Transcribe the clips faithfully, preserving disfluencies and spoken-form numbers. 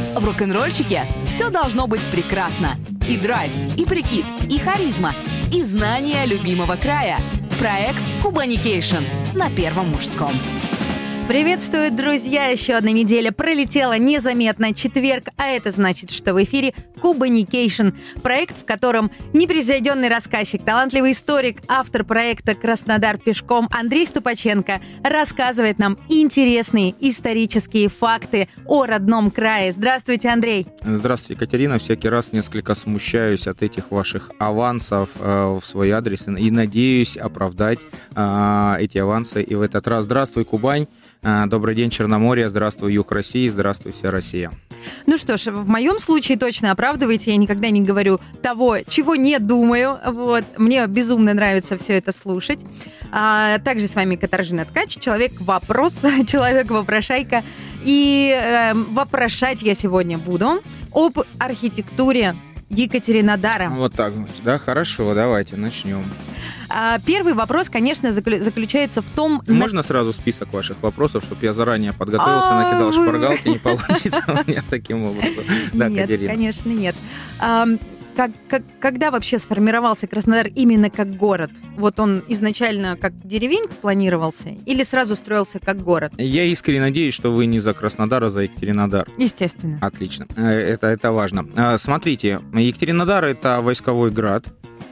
В рок-н-ролльщике все должно быть прекрасно. И драйв, и прикид, и харизма, и знание любимого края. Проект «Кубаникейшн» на Первом мужском. Приветствую, друзья! Еще одна неделя пролетела незаметно. Четверг, а это значит, что в эфире Кубаникейшн. Проект, в котором непревзойденный рассказчик, талантливый историк, автор проекта «Краснодар пешком» Андрей Ступаченко рассказывает нам интересные исторические факты о родном крае. Здравствуйте, Андрей! Здравствуйте, Екатерина. Всякий раз несколько смущаюсь от этих ваших авансов э, в свой адрес и надеюсь оправдать э, эти авансы и в этот раз. Здравствуй, Кубань! Добрый день, Черноморье, здравствуй, юг России, здравствуй, вся Россия. Ну что ж, в моем случае точно оправдываете, я никогда не говорю того, чего не думаю, вот, мне безумно нравится все это слушать. А, также с вами Катаржина Ткач, человек-вопрос, человек-вопрошайка, и э, вопрошать я сегодня буду об архитектуре Екатеринодара. Вот так, значит, да, хорошо, давайте начнем. Первый вопрос, конечно, заключается в том... Можно на... сразу список ваших вопросов, чтобы я заранее подготовился, а накидал вы... шпаргалки, не получится у меня таким образом. Да, нет, Катерина. Конечно, нет. А, как, как, когда вообще сформировался Краснодар именно как город? Вот он изначально как деревенька планировался или сразу строился как город? Я искренне надеюсь, что вы не за Краснодар, а за Екатеринодар. Естественно. Отлично. Это, это важно. Смотрите, Екатеринодар — это войсковой град.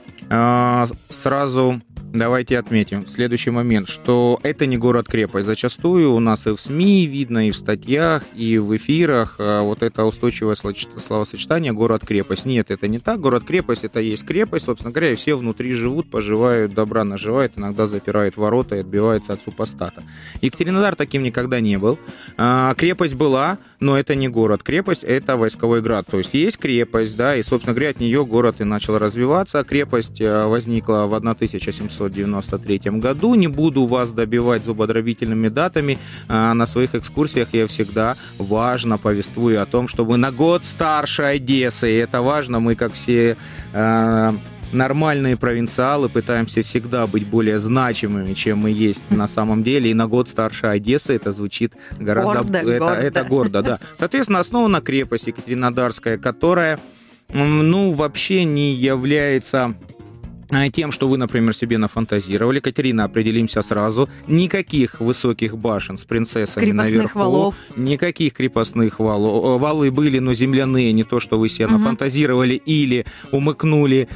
Сразу давайте отметим следующий момент, что это не город-крепость. Зачастую у нас и в СМИ видно, и в статьях, и в эфирах вот это устойчивое словосочетание «город-крепость». Нет, это не так. Город-крепость — это есть крепость, собственно говоря, и все внутри живут, поживают, добра наживают, иногда запирают ворота и отбиваются от супостата. Екатеринодар таким никогда не был. Крепость была, но это не город. Крепость — это войсковой град. То есть есть крепость, да, и, собственно говоря, от нее город и начал развиваться. Крепость возникла в тысяча семьсот девяносто третьем году. Не буду вас добивать зубодробительными датами. На своих экскурсиях я всегда важно повествую о том, что мы на год старше Одессы. И это важно. Мы, как все э, нормальные провинциалы, пытаемся всегда быть более значимыми, чем мы есть на самом деле. И на год старше Одессы это звучит гораздо... Гордо, это, гордо. это гордо, да. Соответственно, основана крепость Екатеринодарская, которая, ну, вообще не является... тем, что вы, например, себе нафантазировали. Катерина, определимся сразу. Никаких высоких башен с принцессами крепостных наверху. Валов. Никаких крепостных валов. Валы были, но земляные, не то, что вы себе угу. нафантазировали или умыкнули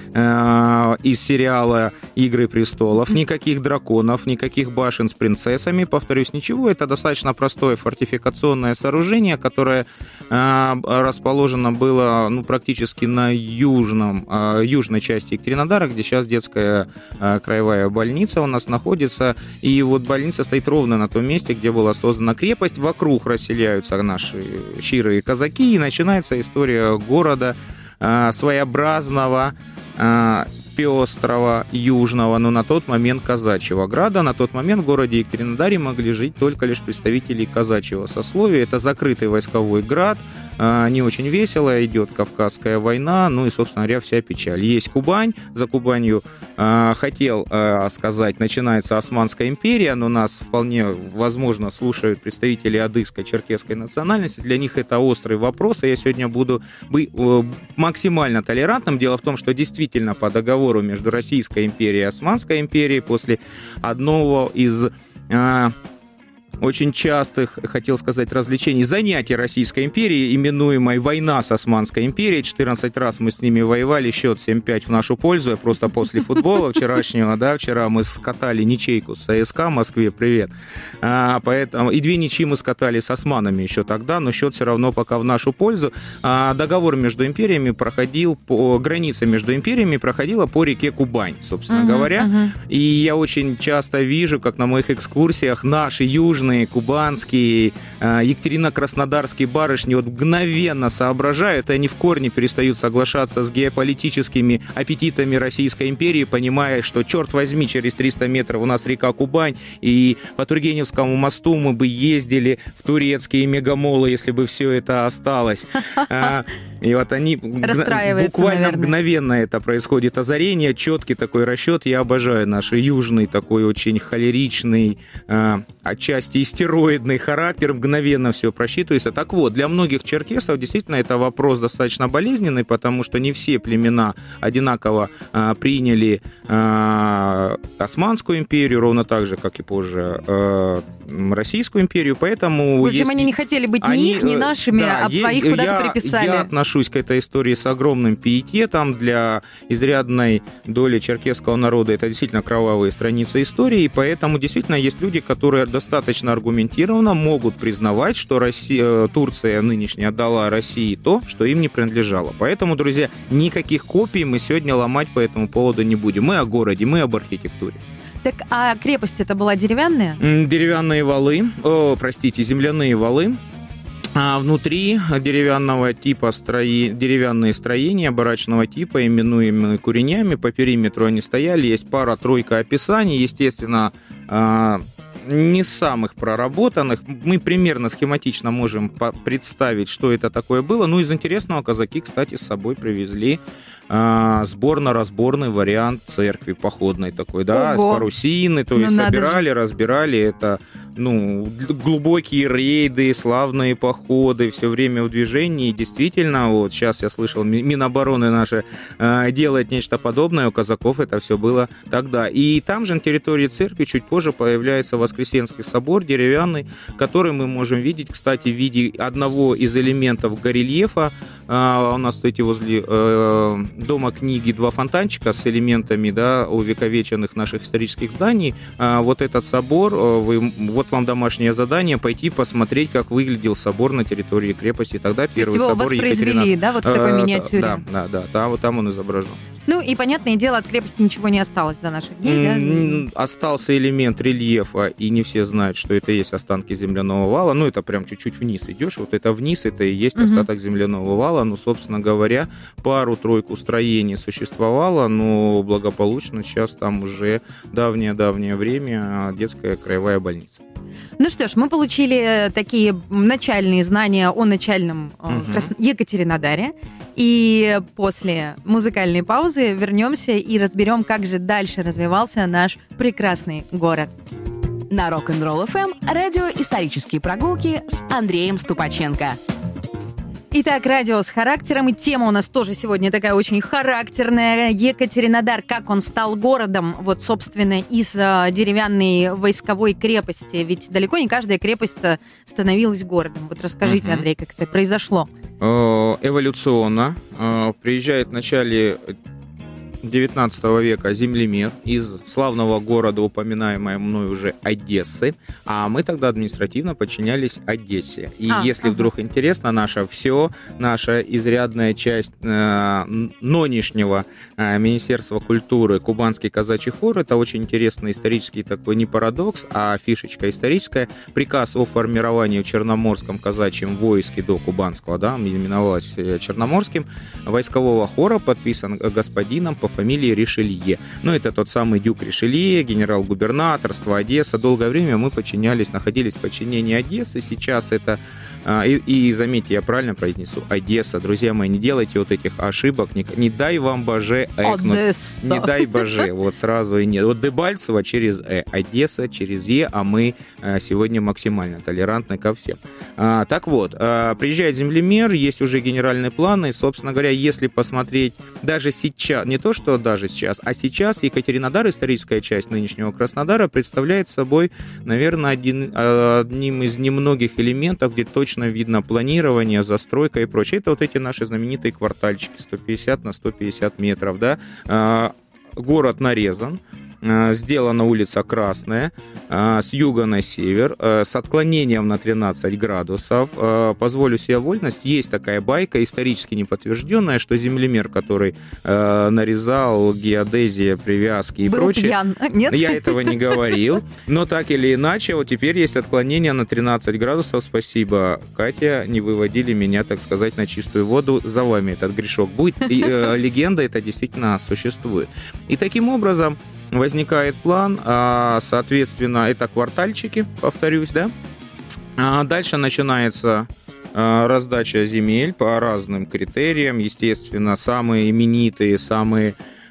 э, из сериала «Игры престолов». Никаких драконов, никаких башен с принцессами. Повторюсь, ничего. Это достаточно простое фортификационное сооружение, которое э, расположено было ну, практически на южном, э, южной части Екатеринодара, где сейчас детская э, краевая больница у нас находится, и вот больница стоит ровно на том месте, где была создана крепость. Вокруг расселяются наши щирые казаки, и начинается история города э, своеобразного, э, пестрого, южного, но на тот момент казачьего града. На тот момент в городе Екатеринодаре могли жить только лишь представители казачьего сословия. Это закрытый войсковой град, не очень весело, идет Кавказская война, ну и, собственно говоря, вся печаль. Есть Кубань, за Кубанью, хотел сказать, начинается Османская империя, но нас вполне, возможно, слушают представители адыгской, черкесской национальности. Для них это острый вопрос, и я сегодня буду быть максимально толерантным. Дело в том, что действительно по договору между Российской империей и Османской империей после одного из а, очень частых, хотел сказать, развлечений, занятий Российской империи, именуемой «Война с Османской империей». четырнадцать раз мы с ними воевали, счет семь пять в нашу пользу, просто после футбола вчерашнего, да, вчера мы скатали ничейку с ЦСКА в Москве, привет. А, поэтому, и две ничьи мы скатали с османами еще тогда, но счет все равно пока в нашу пользу. А, договор между империями проходил, по, граница между империями проходила по реке Кубань, собственно uh-huh, говоря. Uh-huh. И я очень часто вижу, как на моих экскурсиях наши южные, кубанские, екатерино-краснодарские барышни вот мгновенно соображают, и они в корне перестают соглашаться с геополитическими аппетитами Российской империи, понимая, что, черт возьми, через триста метров у нас река Кубань, и по Тургеневскому мосту мы бы ездили в турецкие мегамолы, если бы все это осталось. И вот они буквально мгновенно это происходит озарение, четкий такой расчет. Я обожаю наш южный, такой очень холеричный, отчасти и стероидный характер, мгновенно все просчитывается. Так вот, для многих черкесов действительно это вопрос достаточно болезненный, потому что не все племена одинаково а, приняли а, Османскую империю, ровно так же, как и позже а, Российскую империю, поэтому... В общем, есть... они не хотели быть они, ни их, ни нашими, да, а есть... их куда-то я, приписали. Я отношусь к этой истории с огромным пиететом. Для изрядной доли черкесского народа это действительно кровавые страницы истории, и поэтому действительно есть люди, которые достаточно аргументированно могут признавать, что Россия, Турция нынешняя отдала России то, что им не принадлежало. Поэтому, друзья, никаких копий мы сегодня ломать по этому поводу не будем. Мы о городе, мы об архитектуре. Так, а крепость это была деревянная? Деревянные валы, о, простите, земляные валы. А внутри деревянного типа строи... деревянные строения барачного типа, именуемые куренями, по периметру они стояли, есть пара-тройка описаний, естественно, не самых проработанных. Мы примерно схематично можем представить, что это такое было. Ну, из интересного, казаки, кстати, с собой привезли а, сборно-разборный вариант церкви походной такой, да, Ого. с парусины, то есть ну, собирали, разбирали. Это, ну, глубокие рейды, славные походы, все время в движении. И действительно, вот сейчас я слышал, Минобороны наши а, делает нечто подобное, у казаков это все было тогда. И там же на территории церкви чуть позже появляется Воскресенский собор деревянный, который мы можем видеть, кстати, в виде одного из элементов горельефа. А, у нас, кстати, возле э, Дома книги два фонтанчика с элементами, да, увековеченных наших исторических зданий. А, вот этот собор, вы, вот вам домашнее задание, пойти посмотреть, как выглядел собор на территории крепости. Тогда первый его собор воспроизвели, да, вот в такой миниатюре? Да, да, да, там, вот там он изображен. Ну и, понятное дело, от крепости ничего не осталось до наших дней, да? Остался элемент рельефа, и не все знают, что это и есть останки земляного вала. Ну, это прям чуть-чуть вниз идешь, вот это вниз, это и есть угу. остаток земляного вала. Ну, собственно говоря, пару-тройку строений существовало, но благополучно сейчас там уже давнее-давнее время детская краевая больница. Ну что ж, мы получили такие начальные знания о начальном угу. Екатеринодаре. И после музыкальной паузы вернемся и разберем, как же дальше развивался наш прекрасный город. На Rock'n'Roll эф эм радио «Исторические прогулки» с Андреем Ступаченко. Итак, радио с характером, и тема у нас тоже сегодня такая очень характерная. Екатеринодар, как он стал городом, вот, собственно, из э, деревянной войсковой крепости. Ведь далеко не каждая крепость становилась городом. Вот расскажите, uh-huh. Андрей, как это произошло? Эволюционно. Приезжает в начале девятнадцатого века землемер из славного города, упоминаемой мной уже Одессы, а мы тогда административно подчинялись Одессе. И а, если ага. вдруг интересно, наше все, наша изрядная часть э, нынешнего э, Министерства культуры, Кубанский казачий хор, это очень интересный исторический такой не парадокс, а фишечка историческая. Приказ о формировании в Черноморском казачьем войске до Кубанского, да, именовалось Черноморским, войскового хора подписан господином по фамилии Ришелье. Ну, это тот самый дюк Ришелье, генерал-губернаторство Одесса. Долгое время мы подчинялись, находились в подчинении Одессы. Сейчас это... И, и заметьте, я правильно произнесу, Одесса. Друзья мои, не делайте вот этих ошибок. Не, не дай вам боже экнуть. Одесса. Не дай боже. Вот сразу и нет. Вот Дебальцево через Э, Одесса через Е, а мы сегодня максимально толерантны ко всем. А, так вот, приезжает землемер, есть уже генеральные планы. И, собственно говоря, если посмотреть даже сейчас, не то, что что даже сейчас. А сейчас Екатеринодар, историческая часть нынешнего Краснодара, представляет собой, наверное, один, одним из немногих элементов, где точно видно планирование, застройка и прочее. Это вот эти наши знаменитые квартальчики сто пятьдесят на сто пятьдесят метров. Да? Город нарезан. Сделана улица Красная, с юга на север, с отклонением на тринадцать градусов. Позволю себе вольность, есть такая байка, исторически неподтвержденная, что землемер, который нарезал геодезия, привязки и был прочее... пьян, нет? Я этого не говорил, но так или иначе, вот теперь есть отклонение на тринадцать градусов. Спасибо, Катя, не выводили меня, так сказать, на чистую воду. За вами этот грешок будет. И, э, легенда это действительно существует. И таким образом возникает план, соответственно, это квартальчики, повторюсь, да. Дальше начинается раздача земель по разным критериям. Естественно, самые именитые, самые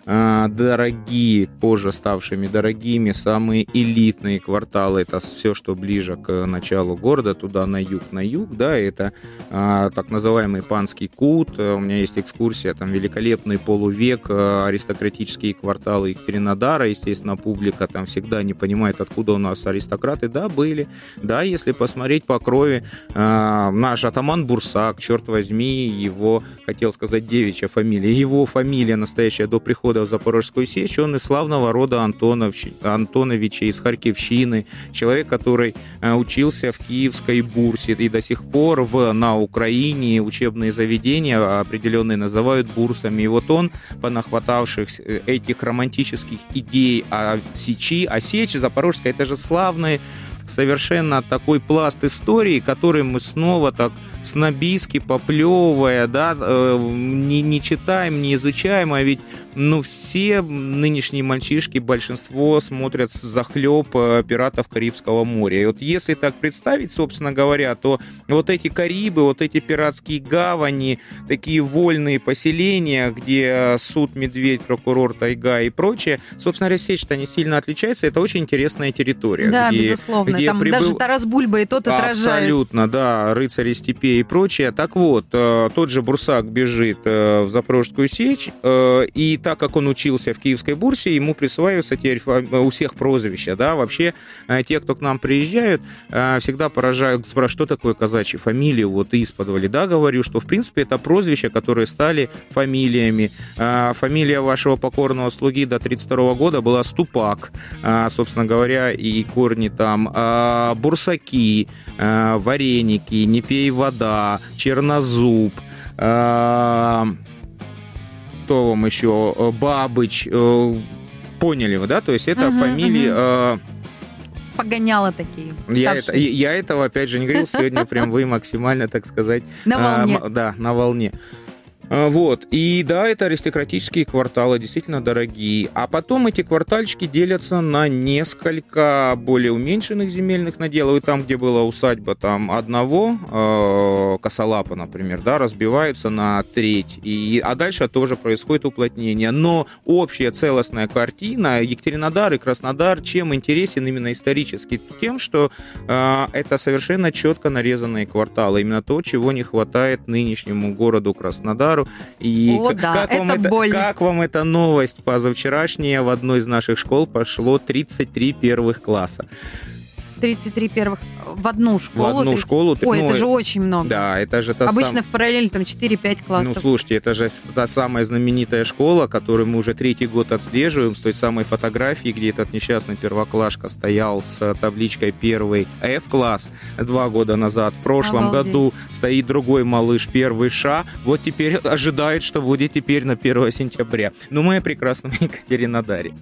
дорогие, позже ставшими дорогими, самые элитные кварталы. Это все, что ближе к началу города, туда на юг, на юг, да, это так называемый Панский кут. У меня есть экскурсия, там великолепный полувек, аристократические кварталы Екатеринодара, естественно, публика там всегда не понимает, откуда у нас аристократы. Да, были, да, если посмотреть по крови, наш атаман Бурсак, черт возьми, его, хотел сказать, девичья фамилия, его фамилия настоящая до прихода в Запорожскую сечь, он из славного рода Антонович, Антоновича из Харьковщины, человек, который учился в Киевской бурсе, и до сих пор в, на Украине учебные заведения определенные называют бурсами, и вот он, понахватавшись этих романтических идей о сечи, а сечь Запорожская, это же славные совершенно такой пласт истории, который мы снова так снобистски, поплевывая, да, э, не, не читаем, не изучаем, а ведь, ну, все нынешние мальчишки, большинство смотрят захлеб «Пиратов Карибского моря». И вот если так представить, собственно говоря, то вот эти Карибы, вот эти пиратские гавани, такие вольные поселения, где суд, медведь, прокурор, тайга и прочее, собственно говоря, сечь-то не сильно отличается, это очень интересная территория. Да, где, безусловно, где там прибыл... даже Тарас Бульба и тот отражает. Абсолютно, да, рыцари степей и прочее. Так вот, тот же Бурсак бежит в Запорожскую сечь, и так как он учился в Киевской бурсе, ему присваиваются теперь у всех прозвища, да, вообще те, кто к нам приезжают, всегда поражают, спрашивают, что такое казачьи фамилии, вот исподволь, да, говорю, что в принципе это прозвища, которые стали фамилиями. Фамилия вашего покорного слуги до тридцать второго года была Ступак, собственно говоря, и корни там Бурсаки, Вареники, Не пей вода, Чернозуб, кто вам еще, Бабыч, поняли вы, да? То есть это uh-huh, фамилии... Uh-huh. Погоняло такие. Я, это, я этого, опять же, не говорил, сегодня прям вы максимально, так сказать... На волне. А, да, на волне. Вот, и да, это аристократические кварталы, действительно дорогие. А потом эти квартальчики делятся на несколько более уменьшенных земельных наделов. И там, где была усадьба там одного, э, косолапа, например, да, разбиваются на треть. И, а дальше тоже происходит уплотнение. Но общая целостная картина, Екатеринодар и Краснодар, чем интересен именно исторически? Тем, что э, это совершенно четко нарезанные кварталы. Именно то, чего не хватает нынешнему городу Краснодару. И О, да, как, вам это, как вам эта новость позавчерашняя? В одной из наших школ пошло тридцать три первых класса. тридцать три первых в одну школу? В одну тридцать... школу. Ой, ну, это же очень много. Да, это же та Обычно сам... в параллели там четыре-пять классов. Ну, слушайте, это же та самая знаменитая школа, которую мы уже третий год отслеживаем, с той самой фотографией, где этот несчастный первоклашка стоял с табличкой первый F-класс два года назад. В прошлом Обалдеть. году стоит другой малыш, первый Ш. Вот теперь ожидают, что будет теперь на первое сентября. Ну, мы прекрасно в Екатеринодаре.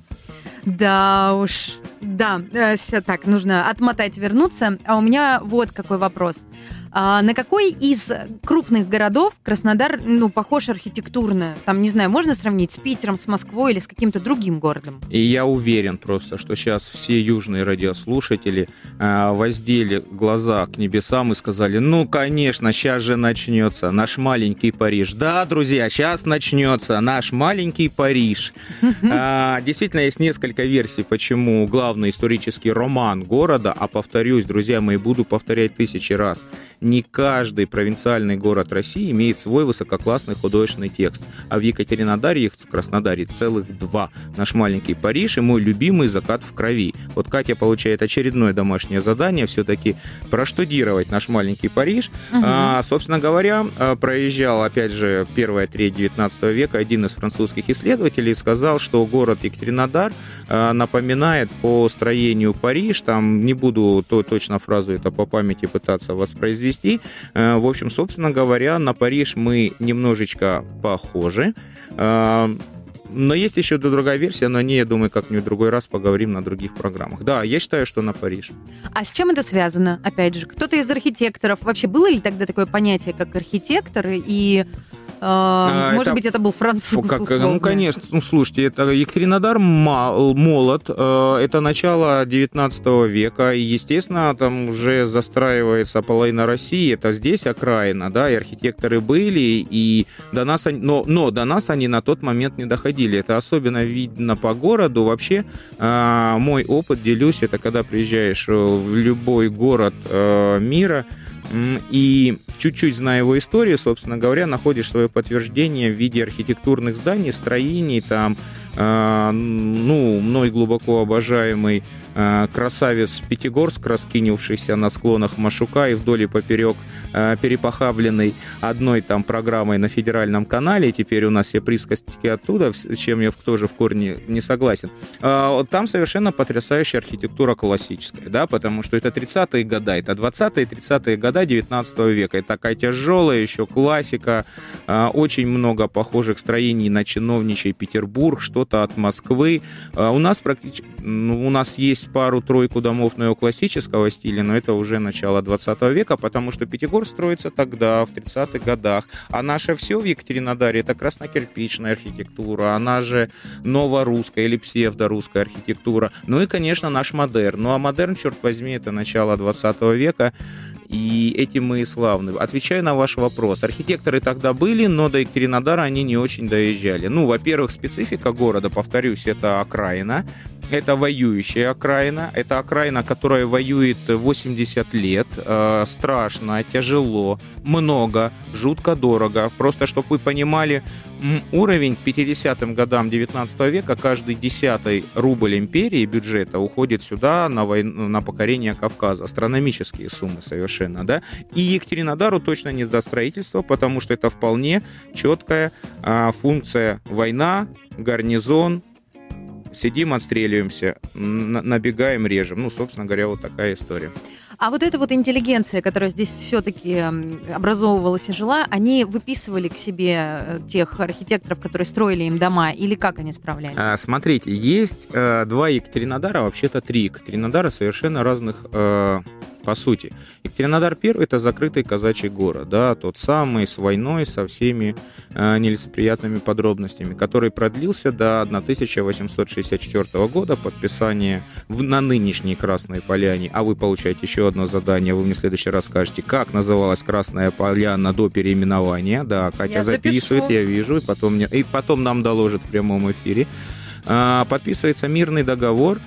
Да уж, да, все так, нужно отмотать, вернуться. А у меня вот какой вопрос. А на какой из крупных городов Краснодар, ну, похож архитектурно? Там, не знаю, можно сравнить с Питером, с Москвой или с каким-то другим городом? И я уверен просто, что сейчас все южные радиослушатели э, воздели глаза к небесам и сказали, ну, конечно, сейчас же начнется наш маленький Париж. Да, друзья, сейчас начнется наш маленький Париж. Э, действительно, есть несколько версий, почему главный исторический роман города, а повторюсь, друзья мои, буду повторять тысячи раз, не каждый провинциальный город России имеет свой высококлассный художественный текст. А в Екатеринодаре, их в Краснодаре целых два. Наш маленький Париж и мой любимый «Закат в крови». Вот Катя получает очередное домашнее задание все-таки проштудировать наш маленький Париж. Угу. А, собственно говоря, проезжал, опять же, первая треть девятнадцатого века один из французских исследователей, сказал, что город Екатеринодар а, напоминает по строению Париж. Там не буду то, точно фразу это по памяти пытаться воспроизвести. В общем, собственно говоря, на Париж мы немножечко похожи. Но есть еще другая версия, но о ней, я думаю, как-нибудь в другой раз поговорим на других программах. Да, я считаю, что на Париж. А с чем это связано, опять же? Кто-то из архитекторов... Вообще, было ли тогда такое понятие, как архитектор? И А, Может это, быть, это был француз, как, Ну, конечно. Ну, слушайте, это Екатеринодар молод. Это начало девятнадцатого века. И, естественно, там уже застраивается половина России. Это здесь окраина, да, и архитекторы были, и до нас, но, но до нас они на тот момент не доходили. Это особенно видно по городу. Вообще, мой опыт, делюсь, это когда приезжаешь в любой город мира, и чуть-чуть зная его историю, собственно говоря, находишь свое подтверждение в виде архитектурных зданий, строений, там, э, ну, мной глубоко обожаемый э, красавец Пятигорск, раскинувшийся на склонах Машука и вдоль и поперек э, перепохабленный одной там программой на федеральном канале, теперь у нас все присказки оттуда, с чем я тоже в корне не согласен. Э, там совершенно потрясающая архитектура классическая, да, потому что это тридцатые годы, это двадцатые и тридцатые годы девятнадцатого века. Это такая тяжелая еще классика, очень много похожих строений на чиновничий Петербург, что-то от Москвы. У нас практически, ну, у нас есть пару-тройку домов неоклассического стиля, но это уже начало двадцатого века, потому что Пятигорск строится тогда, в тридцатых годах, а наше все в Екатеринодаре — это краснокирпичная архитектура, она же новорусская или псевдорусская архитектура, ну и, конечно, наш модерн. Ну а модерн, черт возьми, это начало двадцатого века, и этим мы и славны. Отвечаю на ваш вопрос. Архитекторы тогда были, но до Екатеринодара они не очень доезжали. Ну, во-первых, специфика города, повторюсь, это окраина. Это воюющая окраина. Это окраина, которая воюет восемьдесят лет. Э, страшно, тяжело, много, жутко дорого. Просто, чтобы вы понимали, уровень к пятидесятым годам девятнадцатого века, каждый десятый рубль империи бюджета уходит сюда на, войну, на покорение Кавказа. Астрономические суммы совершенно, да. И Екатеринодару точно не до строительства, потому что это вполне четкая э, функция: война, гарнизон. Сидим, отстреливаемся, набегаем, режем. Ну, собственно говоря, вот такая история. А вот эта вот интеллигенция, которая здесь все-таки образовывалась и жила, они выписывали к себе тех архитекторов, которые строили им дома, или как они справлялись? А, смотрите, есть э, два Екатеринодара, вообще-то три Екатеринодара совершенно разных э, по сути. Екатеринодар первый — это закрытый казачий город, да, тот самый, с войной, со всеми э, нелицеприятными подробностями, который продлился до тысяча восемьсот шестьдесят четвёртого года, подписание в, на нынешней Красной Поляне. А вы получаете еще одно задание, вы мне в следующий раз скажете, как называлась Красная Поляна до переименования. Да, Катя я записывает, запишу. Я вижу, и потом, мне, и потом нам доложит в прямом эфире. Э, подписывается мирный договор,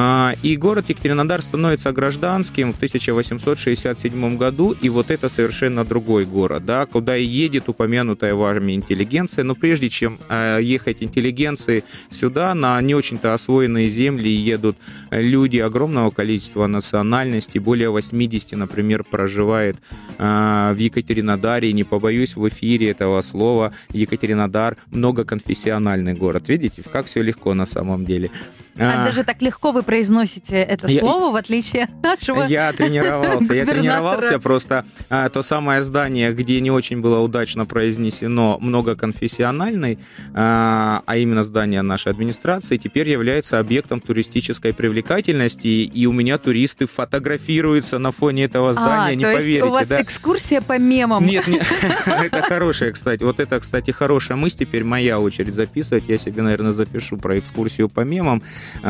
и город Екатеринодар становится гражданским в тысяча восемьсот шестьдесят седьмом году, и вот это совершенно другой город, да, куда и едет упомянутая вами интеллигенция. Но прежде чем ехать интеллигенции сюда, на не очень-то освоенные земли едут люди огромного количества национальностей, более восьмидесяти, например, проживает в Екатеринодаре, не побоюсь в эфире этого слова, Екатеринодар многоконфессиональный город. Видите, как все легко на самом деле. А, а даже так легко вы произносите это я, слово, в отличие от нашего. Я тренировался, я тренировался, просто а, то самое здание, где не очень было удачно произнесено многоконфессиональный, а, а именно здание нашей администрации, теперь является объектом туристической привлекательности, и у меня туристы фотографируются на фоне этого здания, а, не то поверите. Есть у вас да? Экскурсия по мемам. Нет, нет, это хорошая, кстати, вот это, кстати, хорошая мысль, теперь моя очередь записывать, я себе, наверное, запишу про экскурсию по мемам.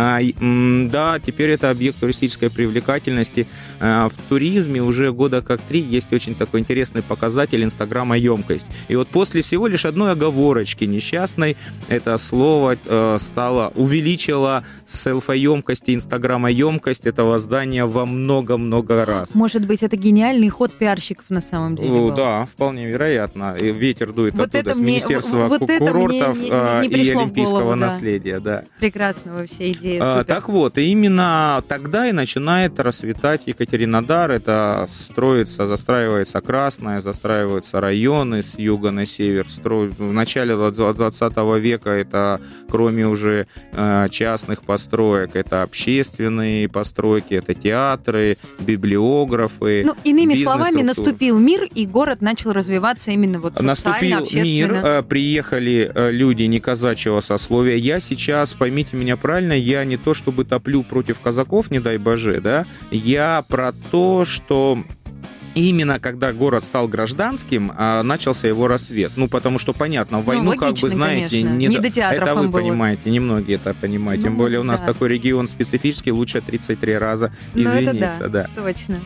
Да, теперь это объект туристической привлекательности. В туризме уже года как три есть очень такой интересный показатель инстаграмоемкость. И вот после всего лишь одной оговорочки несчастной это слово стало, увеличило селфоемкость и инстаграмоемкость этого здания во много-много раз. Может быть, это гениальный ход пиарщиков на самом деле был? Да, вполне вероятно. И ветер дует вот оттуда, с мне, Министерства вот курортов не, не, не и олимпийского голову, наследия. Да. Да. Прекрасно вообще идея. А, так вот, и именно тогда и начинает расцветать Екатеринодар. Это строится, застраивается Красная, застраиваются районы с юга на север. Стро... В начале двадцатого века это, кроме уже э, частных построек, это общественные постройки, это театры, библиографы. Ну, иными словами, наступил мир, и город начал развиваться именно вот социально, наступил общественно. Мир, э, приехали э, люди не казачьего сословия. Я сейчас, поймите меня правильно, я не то чтобы топлю против казаков, не дай боже, да, я про то, что И именно когда город стал гражданским, начался его рассвет. Ну, потому что, понятно, в войну, ну, логично, как бы, знаете, не, не до театров это вы было. Понимаете, немногие это понимают. Ну, тем более у нас да. такой регион специфический, лучше тридцать три раза извиниться. Ну, да, да, точно.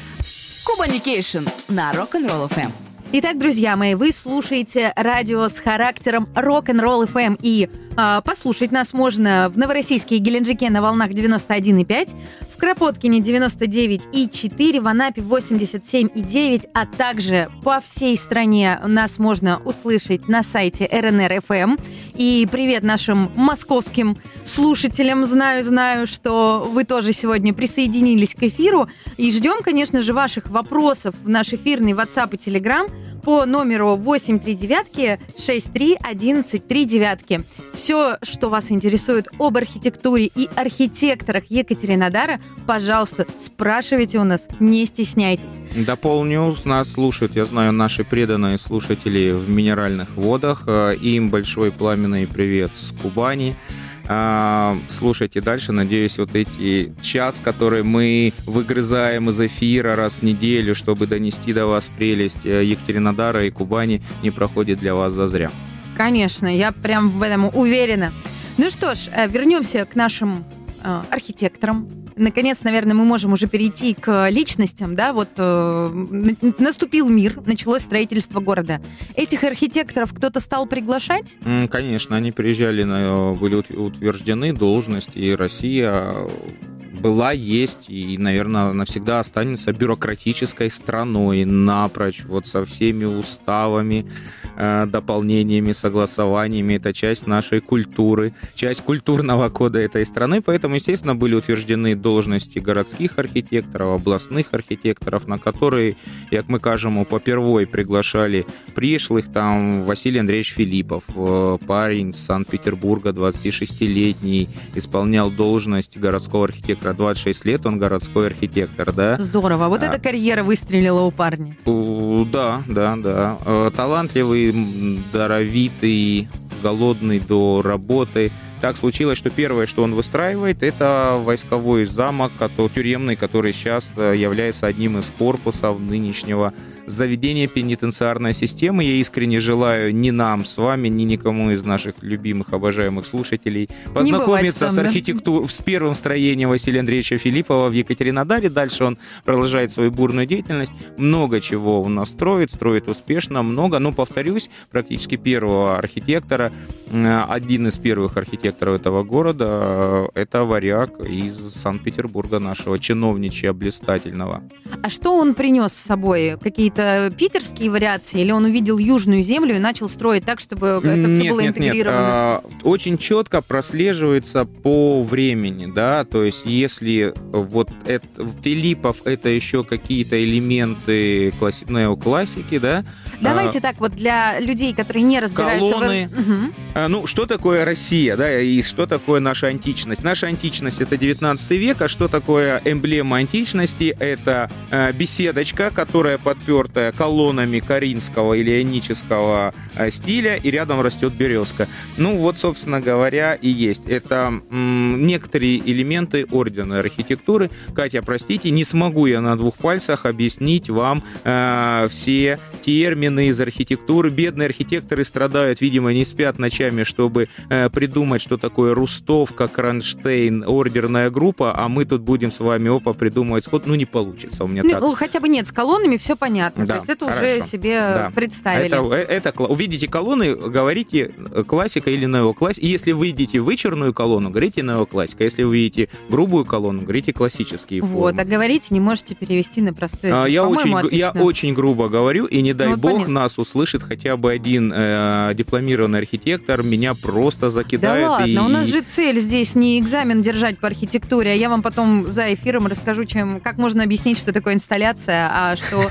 Кубаникейшн на Rock'n'Roll эф эм. Итак, друзья мои, вы слушаете радио с характером Rock'n'Roll эф эм, и э, послушать нас можно в Новороссийске и Геленджике на волнах девяносто один и пять, в Кропоткине девяносто девять и четыре, в Анапе восемьдесят семь и девять, а также по всей стране нас можно услышать на сайте эр эн эр эф эм. И привет нашим московским слушателям. Знаю, знаю, что вы тоже сегодня присоединились к эфиру. И ждем, конечно же, ваших вопросов в наш эфирный WhatsApp и Telegram по номеру восемь три девять шесть три одиннадцать три девять. Все, что вас интересует об архитектуре и архитекторах Екатеринодара, пожалуйста, спрашивайте у нас, не стесняйтесь. Дополню, нас слушают, я знаю, наши преданные слушатели в Минеральных водах. Им большой пламенный привет с Кубани. Слушайте дальше. Надеюсь, вот эти час, который мы выгрызаем из эфира раз в неделю, чтобы донести до вас прелесть Екатеринодара и Кубани, не проходит для вас зазря. Конечно, я прям в этом уверена. Ну что ж, вернемся к нашим архитекторам. Наконец, наверное, мы можем уже перейти к личностям, да, вот э, наступил мир, началось строительство города. Этих архитекторов кто-то стал приглашать? Конечно, они приезжали, были утверждены должности, и Россия была, есть и, наверное, навсегда останется бюрократической страной напрочь, вот со всеми уставами, э, дополнениями, согласованиями. Это часть нашей культуры, часть культурного кода этой страны, поэтому, естественно, были утверждены должности городских архитекторов, областных архитекторов, на которые, як мы кажемо, попервой приглашали пришлых, там Василий Андреевич Филиппов, парень с Санкт-Петербурга, двадцатишестилетний, исполнял должность городского архитектора. двадцать шесть лет он городской архитектор, да. Здорово. Вот а, эта карьера выстрелила у парня. Да, да, да. Талантливый, даровитый, голодный до работы. Так случилось, что первое, что он выстраивает, это войсковой замок, который, тюремный, который сейчас является одним из корпусов нынешнего заведения пенитенциарной системы. Я искренне желаю ни нам с вами, ни никому из наших любимых, обожаемых слушателей познакомиться там, с архитектурой, да? с первым строением Василия Андреевича Филиппова в Екатеринодаре. Дальше он продолжает свою бурную деятельность. Много чего у нас строит, строит успешно, много. Но, повторюсь, практически первого архитектора, один из первых архитекторов этого города, это варяг из Санкт-Петербурга, нашего чиновничья блистательного. А что он принес с собой? Какие-то питерские вариации? Или он увидел южную землю и начал строить так, чтобы это все нет, было нет, интегрировано? Нет. Очень четко прослеживается по времени, да, то есть если вот это, Филиппов это еще какие-то элементы класси... неоклассики, да. Давайте а, так вот для людей, которые не разбираются. Колонны. В... Угу. А, ну, что такое Россия, да, и что такое наша античность? Наша античность — это девятнадцатый век, а что такое эмблема античности? Это э, беседочка, которая подпертая колоннами коринфского или ионического э, стиля, и рядом растет березка. Ну, вот, собственно говоря, и есть. Это м, некоторые элементы орденной архитектуры. Катя, простите, не смогу я на двух пальцах объяснить вам э, все термины из архитектуры. Бедные архитекторы страдают, видимо, не спят ночами, чтобы э, придумать, что такое рустовка, кронштейн, ордерная группа, а мы тут будем с вами опа придумывать сход. Ну, не получится у меня ну, так. Хотя бы нет, с колоннами все понятно. Да, то есть это хорошо. уже себе да. представили. Это, это, увидите колонны, говорите классика или неоклассика. И если вы видите вычурную колонну, говорите неоклассика. Если вы видите грубую колонну, говорите классические формы. Вот, а говорите не можете перевести на простой язык. А, я, очень, я очень грубо говорю, и не дай ну, бог понятно. Нас услышит хотя бы один э, дипломированный архитектор, меня просто закидает. Да ладно, и... у нас же цель здесь не экзамен держать по архитектуре, а я вам потом за эфиром расскажу, чем, как можно объяснить, что такое инсталляция, а что,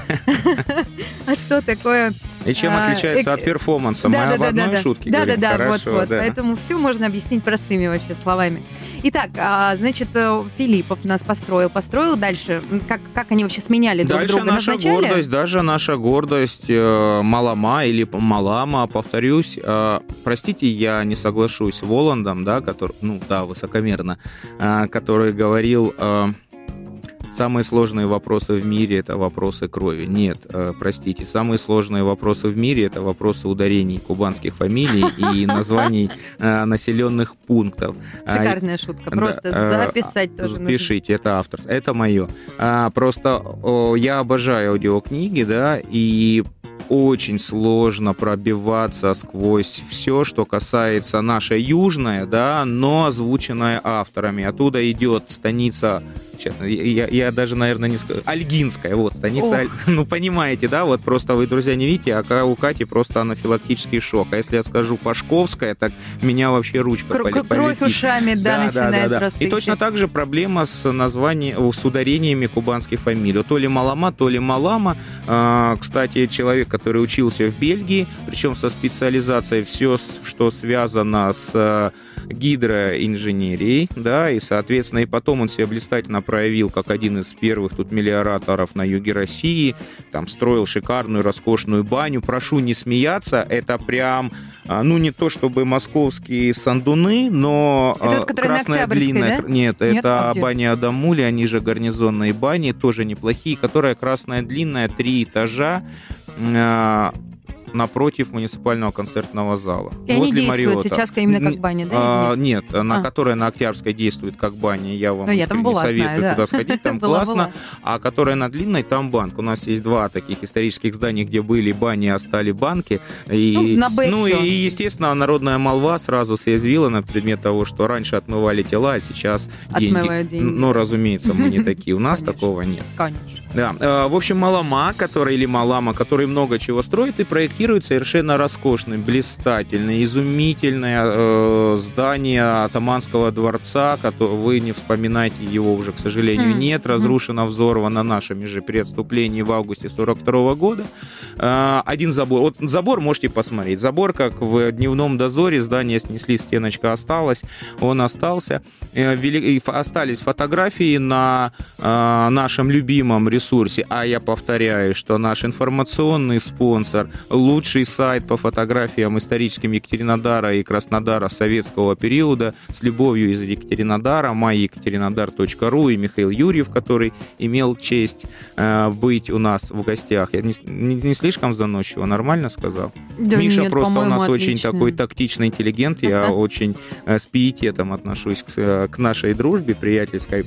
а что такое... И чем отличается от перформанса? Мы об одной шутке говорим. Да-да-да, вот-вот. Поэтому все можно объяснить простыми вообще словами. Итак, значит, Филиппов нас построил, построил дальше. Как, как они вообще сменяли друг друга? Дальше наша гордость, даже наша гордость Малама или Малама, повторюсь. Простите, я не соглашусь с Воландом, да, который, ну да, высокомерно, который говорил... самые сложные вопросы в мире – это вопросы крови. Нет, э, простите, самые сложные вопросы в мире – это вопросы ударений кубанских фамилий и названий э, населенных пунктов. Шикарная шутка, просто да, записать тоже нужно. Пишите, это авторство, это мое. А, просто о, я обожаю аудиокниги, да, и очень сложно пробиваться сквозь все, что касается нашей южной, да, но озвученная авторами. Оттуда идет станица, я, я даже, наверное, не скажу, Ольгинская, вот, станица, Аль... ну, понимаете, да, вот просто вы, друзья, не видите, а у Кати просто анафилактический шок. А если я скажу Пашковская, так меня вообще ручка Кр- полетит. Кровь ушами, да, да начинает да, да, просто да. И точно так же проблема с названием, с ударениями кубанских фамилий. То ли Малама, то ли Малама. А, кстати, человек, который учился в Бельгии, причем со специализацией все, что связано с гидроинженерией, да, и, соответственно, и потом он себя блистательно проявил как один из первых тут мелиораторов на юге России, там строил шикарную, роскошную баню. Прошу не смеяться, это прям, ну, не то чтобы московские сандуны, но это вот, красная длинная... Да? Нет, Нет, это а баня Адамули, они же гарнизонные бани, тоже неплохие, которая красная длинная, три этажа, напротив муниципального концертного зала. И возле они действуют Мариотта. сейчас именно как баня, да? А, нет, а. на которой на Октябрьской действует как баня. Я вам я там была, советую знаю, туда да. сходить, там была, классно. была. А которая на длинной, там банк. У нас есть два таких исторических здания, где были бани, а стали банки. И, ну, на Б ну всё. и, естественно, народная молва сразу съязвила на предмет того, что раньше отмывали тела, а сейчас Отмывают деньги. деньги. Ну, разумеется, мы не такие. У нас такого нет. Конечно. Да. В общем, Малама, который, или Малама, который много чего строит и проектирует совершенно роскошный, блистательный, изумительное э, здание Атаманского дворца, который, вы не вспоминаете, его уже, к сожалению, mm. нет, разрушено, взорвано нашими же при отступлении в августе сорок второго года. Э, один забор, вот забор можете посмотреть, забор, как в дневном дозоре, здание снесли, стеночка осталась, он остался. Э, вели, остались фотографии на э, нашем любимом ресурсе, ресурсе, а я повторяю, что наш информационный спонсор, лучший сайт по фотографиям историческим Екатеринодара и Краснодара советского периода, с любовью из Екатеринодара, май екатеринодар точка ру, и Михаил Юрьев, который имел честь э, быть у нас в гостях. Я не, не, не слишком заносчиво, нормально сказал? Да Миша нет, просто у нас отлично. Очень такой тактичный интеллигент, я очень э, с пиететом отношусь к, к нашей дружбе приятельской.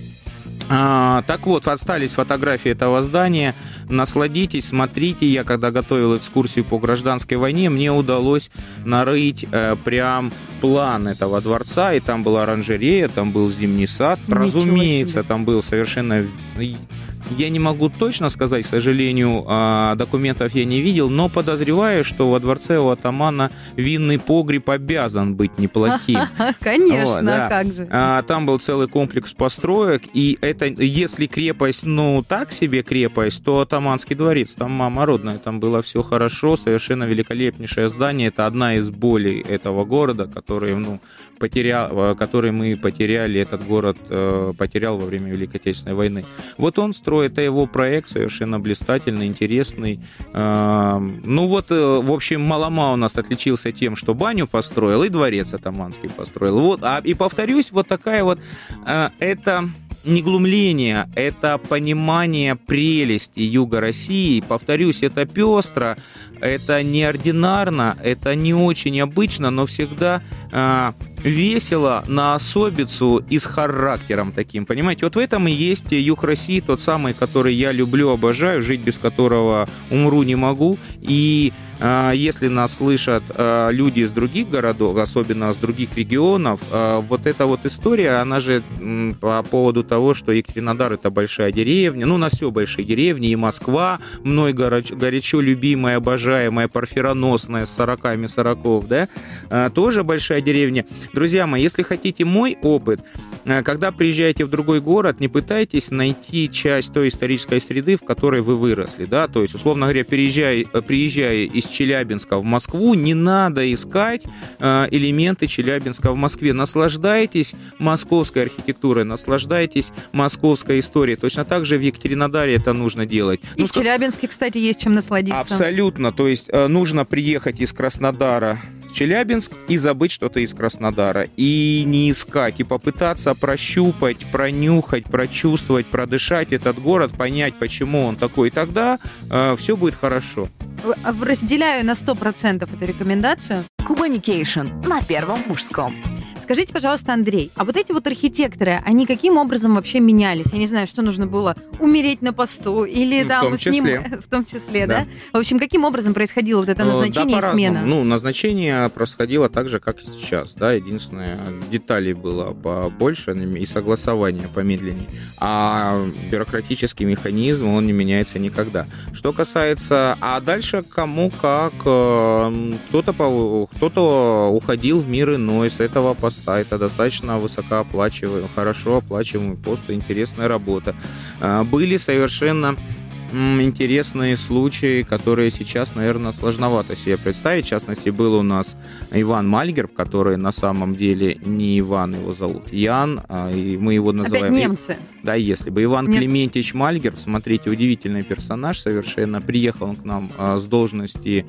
А, так вот, остались фотографии этого здания. Насладитесь, смотрите. Я когда готовил экскурсию по гражданской войне, мне удалось нарыть э, прям план этого дворца. И там была оранжерея, там был зимний сад. Ничего Разумеется, себе. там был совершенно... Я не могу точно сказать, к сожалению, документов я не видел, но подозреваю, что во дворце у атамана винный погреб обязан быть неплохим. Конечно, Вот, да. а как же. А, там был целый комплекс построек, и это, если крепость, ну, так себе крепость, то атаманский дворец, там мама родная, там было все хорошо, совершенно великолепнейшее здание. Это одна из болей этого города, который, ну, потерял, который мы потеряли, этот город э, потерял во время Великой Отечественной войны. Вот он строит, это его проект, совершенно блистательный, интересный. Э, ну вот, э, в общем, Малама у нас отличился тем, что баню построил и дворец атаманский построил. Вот, а, и повторюсь, вот такая вот, э, это... не глумление, это понимание прелести Юга России. Повторюсь, это пестро, это неординарно, это не очень обычно, но всегда э, весело на особицу и с характером таким. Понимаете, вот в этом и есть Юг России, тот самый, который я люблю, обожаю, жить без которого умру не могу. И э, если нас слышат э, люди из других городов, особенно из других регионов, э, вот эта вот история, она же э, по поводу того, того, что Екатеринодар — это большая деревня, ну, у нас все большие деревни, и Москва, мной горячо, горячо любимая, обожаемая, парфироносная, с сороками сороков, да, а, тоже большая деревня. Друзья мои, если хотите мой опыт, когда приезжаете в другой город, не пытайтесь найти часть той исторической среды, в которой вы выросли, да, то есть, условно говоря, переезжая, приезжая из Челябинска в Москву, не надо искать э, элементы Челябинска в Москве, наслаждайтесь московской архитектурой, наслаждайтесь московской историей, точно так же в Екатеринодаре это нужно делать. И ну, в Челябинске, кстати, есть чем насладиться. Абсолютно, то есть э, нужно приехать из Краснодара, Челябинск и забыть что-то из Краснодара. И не искать, и попытаться прощупать, пронюхать, прочувствовать, продышать этот город, понять, почему он такой. И тогда э, все будет хорошо. Разделяю на сто процентов эту рекомендацию. Кубаникейшн на Первом мужском. Скажите, пожалуйста, Андрей, а вот эти вот архитекторы, они каким образом вообще менялись? Я не знаю, что нужно было умереть на посту или В там том с ним... числе. В том числе, да. Да. В общем, каким образом происходило вот это назначение да, и смена? Ну, назначение происходило так же, как и сейчас, да, единственное, деталей было побольше и согласование помедленнее, а бюрократический механизм, он не меняется никогда. Что касается, а дальше кому как, кто-то, кто-то уходил в мир иной с этого поста, это достаточно высокооплачиваемый, хорошо оплачиваемый пост, интересная работа. Были совершенно интересные случаи, которые сейчас, наверное, сложновато себе представить. В частности, был у нас Иван Мальгерб, который на самом деле не Иван, его зовут Ян, и мы его называем... Опять немцы. Да, если бы. Иван Нет. Клементьевич Мальгерб, смотрите, удивительный персонаж совершенно. Приехал он к нам с должности...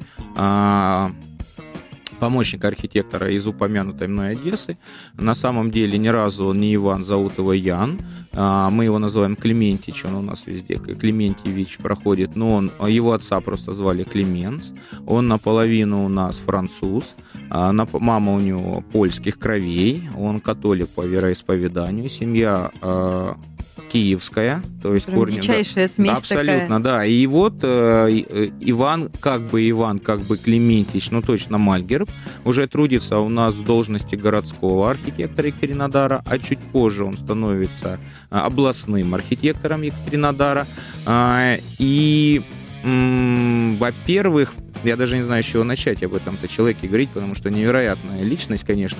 помощника архитектора из упомянутой мной Одессы. На самом деле ни разу он не Иван, зовут его Ян. Мы его называем Клементич, он у нас везде Клементьевич проходит, но он, его отца просто звали Клеменс. Он наполовину у нас француз, мама у него польских кровей, он католик по вероисповеданию, семья киевская, то есть Прям корни... дичайшая смесь да, абсолютно, такая. да. И вот э, Иван, как бы Иван, как бы Клементич, ну точно Мальгерб, уже трудится у нас в должности городского архитектора Екатеринодара, а чуть позже он становится областным архитектором Екатеринодара. Э, и, м- во-первых, я даже не знаю, с чего начать об этом-то человеке говорить, потому что невероятная личность, конечно.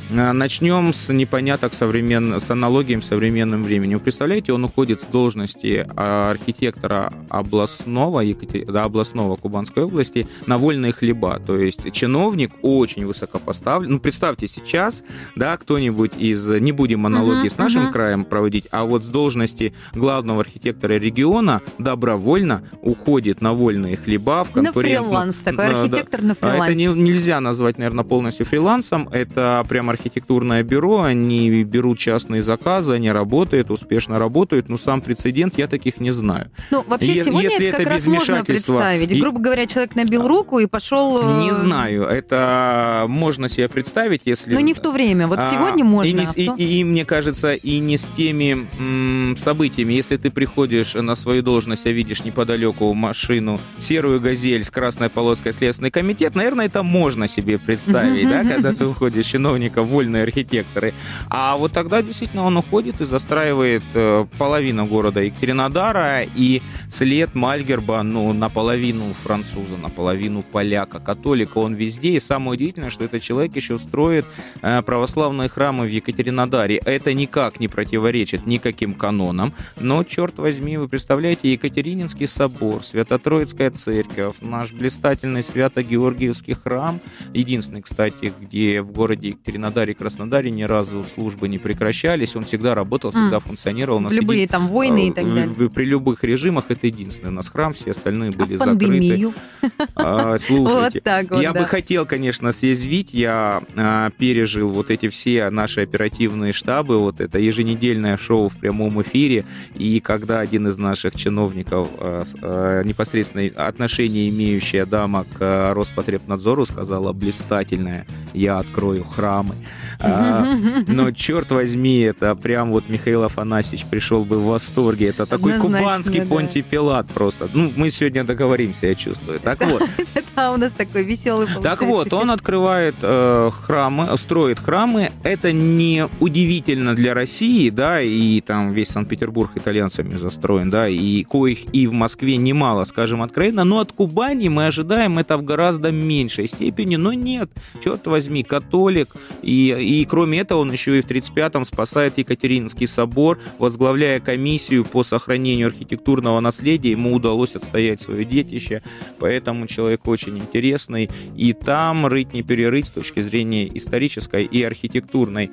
Начнем с непоняток современ... с аналогией с современным временем. Вы представляете, он уходит с должности архитектора областного, Екатер... да, областного Кубанской области на вольные хлеба. То есть чиновник очень высокопоставлен. Ну, представьте сейчас, да, кто-нибудь из... Не будем аналогии uh-huh, с нашим uh-huh. краем проводить, а вот с должности главного архитектора региона добровольно уходит на вольные хлеба в конкурент... На фриланс, такой архитектор да. на фрилансе. Это не, нельзя назвать, наверное, полностью фрилансом. Это прям архитектурное бюро, они берут частные заказы, они работают, успешно работают, но сам прецедент я таких не знаю. Ну, вообще е- сегодня если это как это раз можно представить. И... Грубо говоря, человек набил руку и пошел... Не знаю, это можно себе представить, если... Но не в то время, вот сегодня а, можно. И, не, а и, то... и, и, мне кажется, и не с теми м, событиями. Если ты приходишь на свою должность, а видишь неподалеку машину, серую «Газель» с красной полоской Следственный комитет, наверное, это можно себе представить, да, когда ты уходишь чиновника, вольные архитекторы. А вот тогда действительно он уходит и застраивает половину города Екатеринодара, и след Мальгерба, ну, наполовину француза, наполовину поляка, католика, он везде. И самое удивительное, что этот человек еще строит православные храмы в Екатеринодаре. Это никак не противоречит никаким канонам, но, черт возьми, вы представляете, Екатерининский собор, Свято-Троицкая церковь, наш блистательный Свято-Георгиевский храм, единственный, кстати, где в городе Екатеринодаре и Краснодаре ни разу службы не прекращались, он всегда работал, всегда mm. функционировал. В любые сидит, там войны и так далее. В, в, при любых режимах это единственный у нас храм, все остальные были а закрыты. А, слушайте, вот так вот, я да. бы хотел, конечно, съязвить, я а, пережил вот эти все наши оперативные штабы, вот это еженедельное шоу в прямом эфире, и когда один из наших чиновников, а, а, непосредственно отношение имеющая дама к Роспотребнадзору, сказала блистательное: я открою храмы. А, но, черт возьми, это прям вот Михаил Афанасьевич пришел бы в восторге. Это такой однозначно, кубанский да. Понтий Пилат просто. Ну, мы сегодня договоримся, я чувствую. Так вот. Да, у нас такой веселый получается. Так вот, он открывает э, храмы, строит храмы. Это не удивительно для России, да, и там весь Санкт-Петербург итальянцами застроен, да, и коих и в Москве немало, скажем откровенно, но от Кубани мы ожидаем это в гораздо меньшей степени, но нет, черт возьми, католик и И, и кроме этого, он еще и в тридцать пятом спасает Екатерининский собор, возглавляя комиссию по сохранению архитектурного наследия. Ему удалось отстоять свое детище, поэтому человек очень интересный. И там рыть не перерыть с точки зрения исторической и архитектурной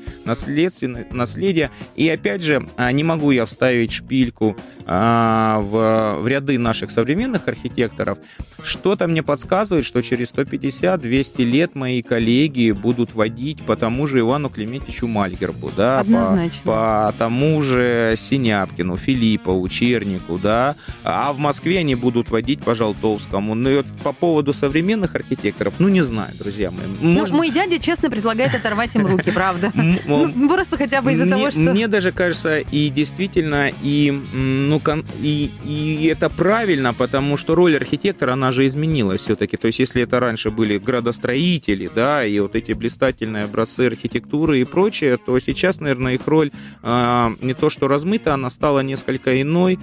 наследия. И опять же, не могу я вставить шпильку а, в, в ряды наших современных архитекторов. Что-то мне подсказывает, что через сто пятьдесят-двести лет мои коллеги будут водить по тому же Ивану Климентьевичу Мальгербу, да, по, по тому же Синяпкину, Филиппову, Чернику, да, а в Москве они будут водить по Жолтовскому. Ну, и вот по поводу современных архитекторов, ну, не знаю, друзья мои. Может... Ну, мой дядя честно предлагает оторвать им руки, правда? Ну, просто хотя бы из-за того, что... Мне даже кажется, и действительно, и, ну, и, и это правильно, потому что роль архитектора, она же изменилась все-таки. То есть, если это раньше были градостроители, да, и вот эти блистательные образцы архитектуры и прочее, то сейчас, наверное, их роль э, не то что размыта, она стала несколько иной.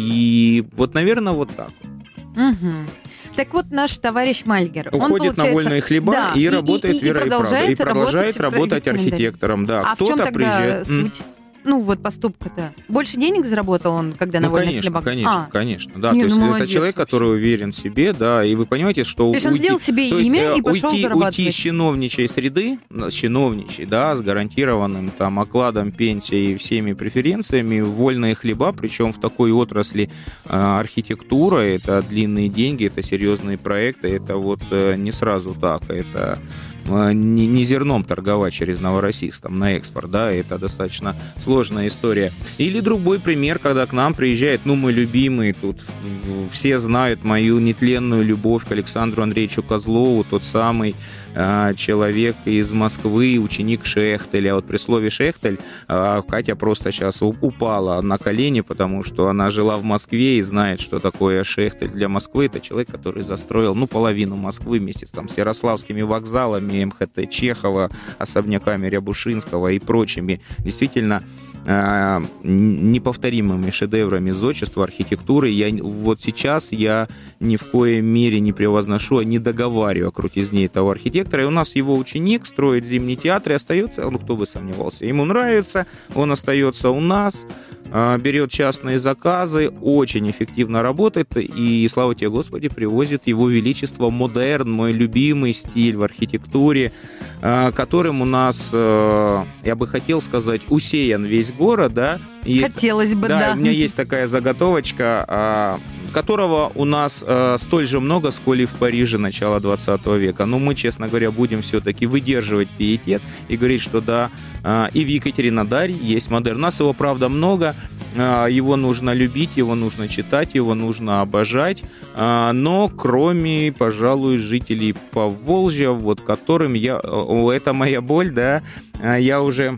И вот, наверное, вот так. Угу. Так вот, наш товарищ Мальгер, уходит он, на вольные хлеба, да, и, и работает и, и, верой и правдой. И продолжает работать, работать архитектором. Да. А Кто-то в чем тогда приезжает... суть? Ну, вот поступка-то. Больше денег заработал он, когда на ну, вольных конечно, хлебах? конечно, а. конечно. Да, Не, то есть ну, это молодец, человек, вообще. который уверен в себе, да, и вы понимаете, что... То есть он уйти, сделал себе то имя есть, и пошел уйти, зарабатывать. Уйти из чиновничьей среды, чиновничьей, да, с гарантированным там окладом, пенсией и всеми преференциями, в вольные хлеба, причем в такой отрасли э, архитектура, это длинные деньги, это серьезные проекты, это вот э, не сразу так, это... Не, не зерном торговать через Новороссийск там, на экспорт, да, это достаточно сложная история. Или другой пример, когда к нам приезжает, ну, мой любимый, тут все знают мою нетленную любовь к Александру Андреевичу Козлову, тот самый э, человек из Москвы, ученик Шехтеля. Вот при слове Шехтель э, Катя просто сейчас упала на колени, потому что она жила в Москве и знает, что такое Шехтель для Москвы. Это человек, который застроил, ну, половину Москвы вместе с, там, с Ярославскими вокзалами, эм ха тэ Чехова, особняками Рябушинского и прочими действительно э, неповторимыми шедеврами зодчества, архитектуры. Я, вот сейчас я ни в коей мере не превозношу, а не договариваю о крутизне этого архитектора. И у нас его ученик строит Зимний театр и остается, ну, кто бы сомневался, ему нравится, он остается у нас, э, берет частные заказы, очень эффективно работает, и, слава тебе, Господи, привозит его величество модерн, мой любимый стиль в архитектуре, которым у нас, я бы хотел сказать, усеян весь город, да. Есть, Хотелось бы, да. Да, у меня есть такая заготовочка, которого у нас столь же много, сколь и в Париже начала двадцатого века. Но мы, честно говоря, будем все-таки выдерживать пиетет и говорить, что да, и в Екатеринодаре есть модерн. У нас его, правда, много, его нужно любить, его нужно читать, его нужно обожать, но кроме, пожалуй, жителей Поволжья, вот которым я, это моя боль, да, я уже...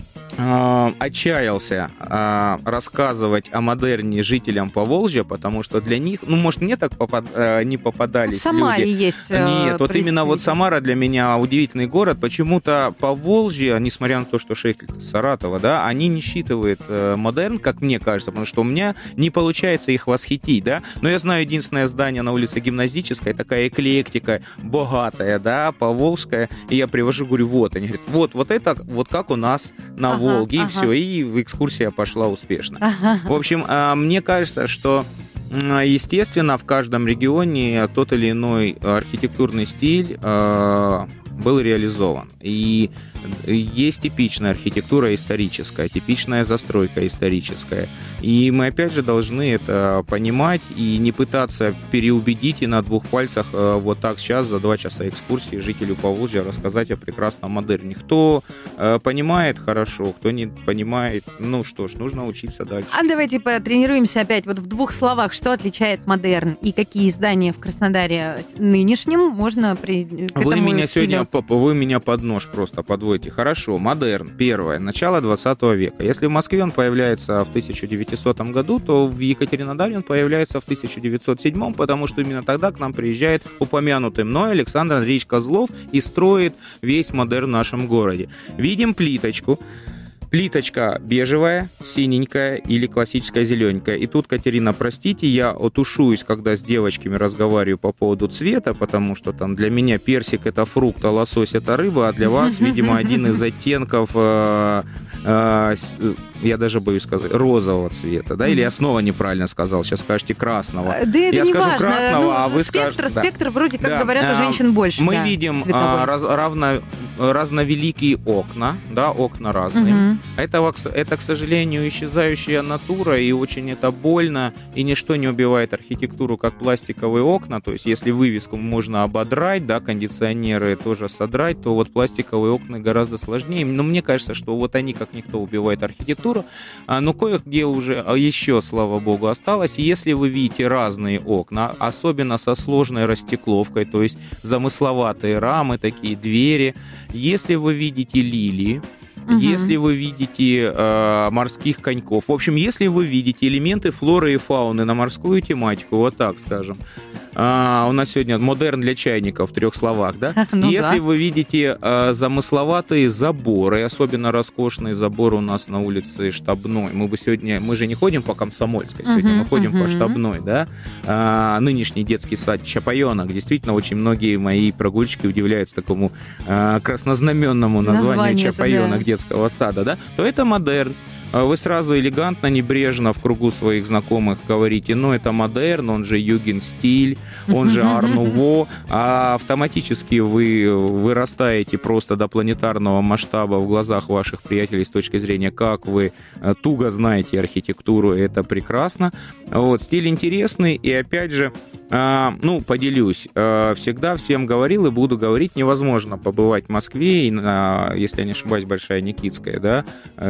отчаялся а, рассказывать о модерне жителям Поволжья, потому что для них, ну, может, мне так попад... не попадались в Самаре люди. есть. Нет, вот именно вот Самара для меня удивительный город. Почему-то Поволжье, несмотря на то, что Шехтель Саратова, да, они не считывают э, модерн, как мне кажется, потому что у меня не получается их восхитить, да. Но я знаю единственное здание на улице Гимназической, такая эклектика, богатая, да, поволжская, и я привожу, говорю, вот, они говорят, вот, вот это, вот как у нас на ага. Волги, ага. и все, и экскурсия пошла успешно. Ага. В общем, мне кажется, что, естественно, в каждом регионе тот или иной архитектурный стиль был реализован. И есть типичная архитектура историческая, типичная застройка историческая. И мы, опять же, должны это понимать и не пытаться переубедить и на двух пальцах вот так сейчас за два часа экскурсии жителю Поволжья рассказать о прекрасном модерне. Кто понимает, хорошо, кто не понимает, ну что ж, нужно учиться дальше. А давайте потренируемся опять вот в двух словах. Что отличает модерн и какие издания в Краснодаре нынешнем можно при, к этому Вы меня стилю... сегодня, вы меня под нож просто подводите. Хорошо, модерн, первое, начало двадцатого века. Если в Москве он появляется в тысяча девятисотом году, то в Екатеринодаре он появляется в тысяча девятьсот седьмом, потому что именно тогда к нам приезжает упомянутый мной Александр Андреевич Козлов и строит весь модерн в нашем городе. Видим плиточку. плиточка бежевая, синенькая или классическая зелененькая. И тут, Катерина, простите, я отушуюсь, когда с девочками разговариваю по поводу цвета, потому что там для меня персик — это фрукт, а лосось — это рыба, а для вас, видимо, один из оттенков, э, э, я даже боюсь сказать, розового цвета, да? Или я снова неправильно сказал, сейчас скажете красного. Да это я не скажу важно. красного, ну, а вы спектр, скажете... Спектр, вроде как да. говорят, у женщин больше. Мы да, видим а, раз, равно, разновеликие окна, да, окна разные. Угу. Это, это, к сожалению, исчезающая натура, и очень это больно, и ничто не убивает архитектуру, как пластиковые окна. То есть, если вывеску можно ободрать, да, кондиционеры тоже содрать, то вот пластиковые окна гораздо сложнее. Но мне кажется, что вот они, как никто, убивают архитектуру. Но кое-где уже еще, слава богу, осталось. Если вы видите разные окна, особенно со сложной растекловкой, то есть замысловатые рамы, такие двери, если вы видите лилии, угу. если вы видите э, морских коньков, в общем, если вы видите элементы флоры и фауны на морскую тематику, вот так скажем, а, у нас сегодня модерн для чайников в трех словах, да? Ну, если да. вы видите а, замысловатые заборы, особенно роскошный забор у нас на улице Штабной, мы бы сегодня, мы же не ходим по Комсомольской сегодня, uh-huh, мы ходим uh-huh. по Штабной, да? А, нынешний детский сад Чапаёнок, действительно, очень многие мои прогульщики удивляются такому а, краснознаменному названию Название Чапаёнок, да. детского сада, да? То это модерн. Вы сразу элегантно, небрежно в кругу своих знакомых говорите, ну, это модерн, он же югенстиль, он же ар-нуво, а автоматически вы вырастаете просто до планетарного масштаба в глазах ваших приятелей с точки зрения, как вы туго знаете архитектуру, это прекрасно. Вот, стиль интересный, и опять же, ну, поделюсь, всегда всем говорил и буду говорить, невозможно побывать в Москве, и на, если я не ошибаюсь, Большая Никитская, да,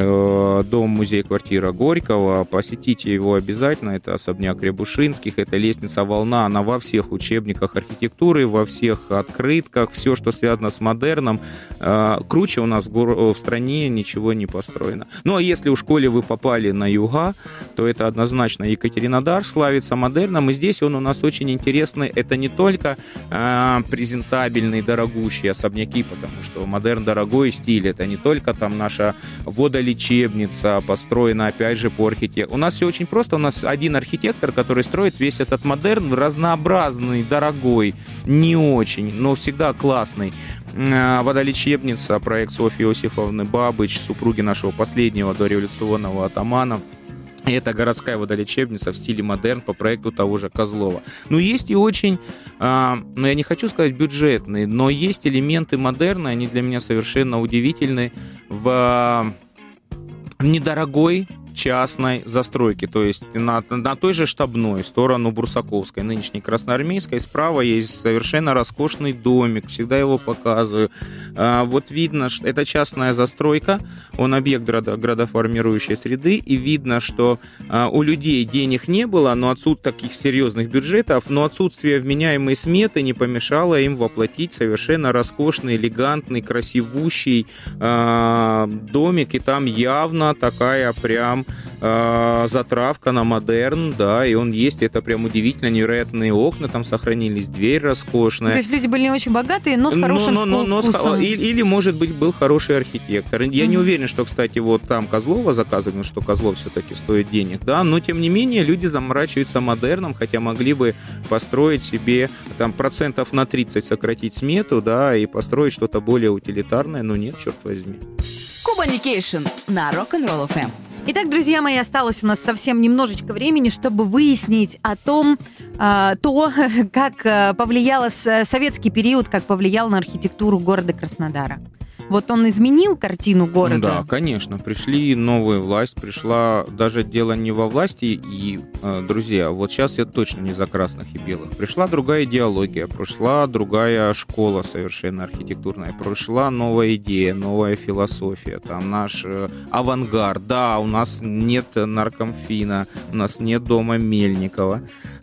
дом музей-квартира Горького, посетите его обязательно, это особняк Рябушинских, это лестница Волна, она во всех учебниках архитектуры, во всех открытках, все, что связано с модерном, круче у нас в стране ничего не построено. Ну, а если у школе вы попали на юга, то это однозначно Екатеринодар славится модерном, и здесь он у нас очень интересный, это не только презентабельные, дорогущие особняки, потому что модерн дорогой стиль, это не только там наша водолечебница, построена, опять же, по архитектору. У нас все очень просто. У нас один архитектор, который строит весь этот модерн, разнообразный, дорогой, не очень, но всегда классный. Водолечебница, проект Софьи Иосифовны Бабыч, супруги нашего последнего дореволюционного атамана. И это городская водолечебница в стиле модерн по проекту того же Козлова. Ну, есть и очень, э, ну, я не хочу сказать бюджетные, но есть элементы модерна, они для меня совершенно удивительны в... в недорогой частной застройки, то есть на, на той же Штабной, в сторону Бурсаковской, нынешней Красноармейской, справа есть совершенно роскошный домик, всегда его показываю. А, вот видно, что это частная застройка, он объект градо, градоформирующей среды, и видно, что а, у людей денег не было, но отсутствие таких серьезных бюджетов, но отсутствие вменяемой сметы не помешало им воплотить совершенно роскошный, элегантный, красивущий а, домик, и там явно такая прям э, затравка на модерн, да, и он есть, это прям удивительно, невероятные окна там сохранились, дверь роскошная. То есть люди были не очень богатые, но с хорошим но, но, но, вкусом. Но, или, или, может быть, был хороший архитектор. Я mm-hmm. не уверен, что, кстати, вот там Козлова заказывали, что Козлов все-таки стоит денег, да, но, тем не менее, люди заморачиваются модерном, хотя могли бы построить себе, там, процентов на тридцать сократить смету, да, и построить что-то более утилитарное, но нет, черт возьми. Кубаникейшн на Rock'n'Roll эф эм. Итак, друзья мои, осталось у нас совсем немножечко времени, чтобы выяснить о том, э, то, как повлиял советский период, как повлиял на архитектуру города Краснодара. Вот он изменил картину города? Да, конечно. Пришли новая власть, пришла даже дело не во власти. И, э, друзья, вот сейчас я точно не за красных и белых. Пришла другая идеология, пришла другая школа совершенно архитектурная, пришла новая идея, новая философия. Там наш э, авангард. Да, у нас нет наркомфина, у нас нет дома Мельникова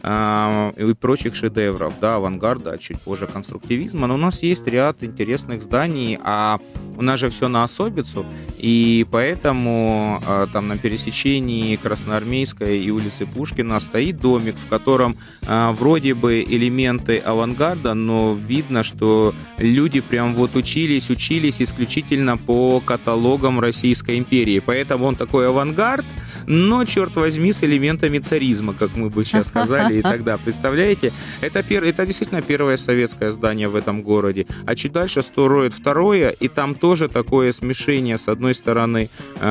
э, и прочих шедевров. Да, авангарда, чуть позже конструктивизма. Но у нас есть ряд интересных зданий, а у нас же все на особицу, и поэтому э, там на пересечении Красноармейской и улицы Пушкина стоит домик, в котором э, вроде бы элементы авангарда, но видно, что люди прям вот учились, учились исключительно по каталогам Российской империи. Поэтому он такой авангард, но, черт возьми, с элементами царизма, как мы бы сейчас сказали и тогда. Представляете? Это, пер... это действительно первое советское здание в этом городе. А чуть дальше строят второе, и там тоже такое смешение, с одной стороны,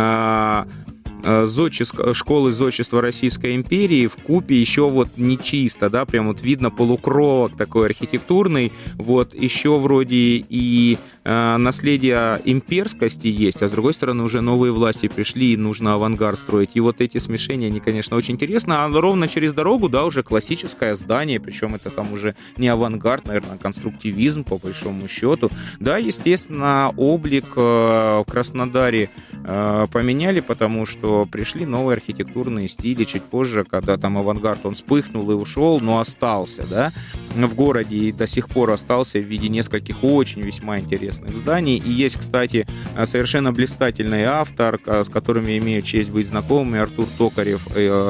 Зодческ... школы зодчества Российской империи вкупе еще вот нечисто, да, прям вот видно полукровок такой архитектурный, вот еще вроде и э, наследие имперскости есть, а с другой стороны уже новые власти пришли и нужно авангард строить, и вот эти смешения, они, конечно, очень интересны, а ровно через дорогу, да, уже классическое здание, причем это там уже не авангард, наверное, а конструктивизм по большому счету, да, естественно, облик э, в Краснодаре э, поменяли, потому что пришли новые архитектурные стили чуть позже, когда там авангард, он вспыхнул и ушел, но остался, да, в городе и до сих пор остался в виде нескольких очень весьма интересных зданий. И есть, кстати, совершенно блистательный автор, с которым я имею честь быть знакомым, Артур Токарев,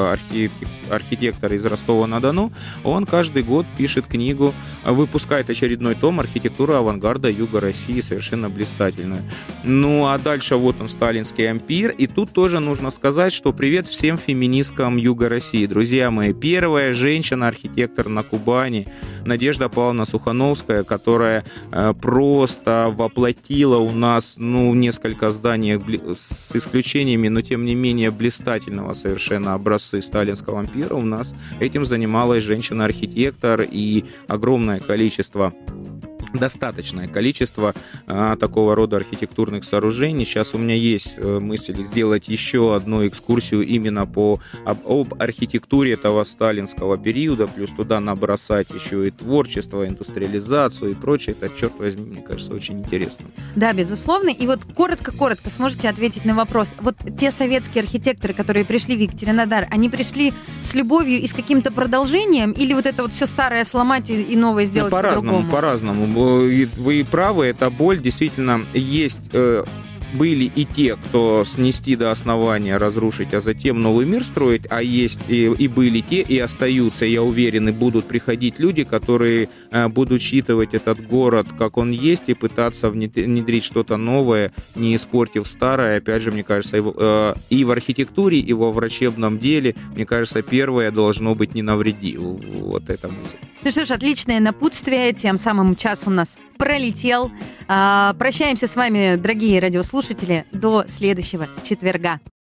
архитектор из Ростова-на-Дону. Он каждый год пишет книгу, выпускает очередной том «Архитектура авангарда Юга России», совершенно блистательную. Ну, а дальше вот он, сталинский ампир, и тут тоже нужно сказать, что привет всем феминисткам Юга России. Друзья мои, первая женщина-архитектор на Кубани, Надежда Павловна Сухановская, которая э, просто воплотила у нас, ну, несколько зданий с исключениями, но тем не менее блистательного совершенно образцы сталинского ампира. У нас этим занималась женщина-архитектор, и огромное количество достаточное количество а, такого рода архитектурных сооружений. Сейчас у меня есть а, мысль сделать еще одну экскурсию именно по об, об архитектуре этого сталинского периода, плюс туда набросать еще и творчество, индустриализацию и прочее. Это, черт возьми, мне кажется, очень интересно. Да, безусловно. И вот коротко-коротко сможете ответить на вопрос. Вот те советские архитекторы, которые пришли в Екатеринодар, они пришли с любовью и с каким-то продолжением, или вот это вот все старое сломать и, и новое сделать ну, по-другому? По-разному, по-разному. Вы правы, эта боль действительно есть. Э, были и те, кто снести до основания, разрушить, а затем новый мир строить, а есть и, и были те, и остаются, я уверен, и будут приходить люди, которые э, будут считывать этот город, как он есть, и пытаться внедрить что-то новое, не испортив старое. Опять же, мне кажется, и в, э, и в архитектуре, и во врачебном деле, мне кажется, первое должно быть «не навреди». Вот эта мысль. Ну что ж, отличное напутствие, тем самым час у нас пролетел. А, прощаемся с вами, дорогие радиослушатели, до следующего четверга.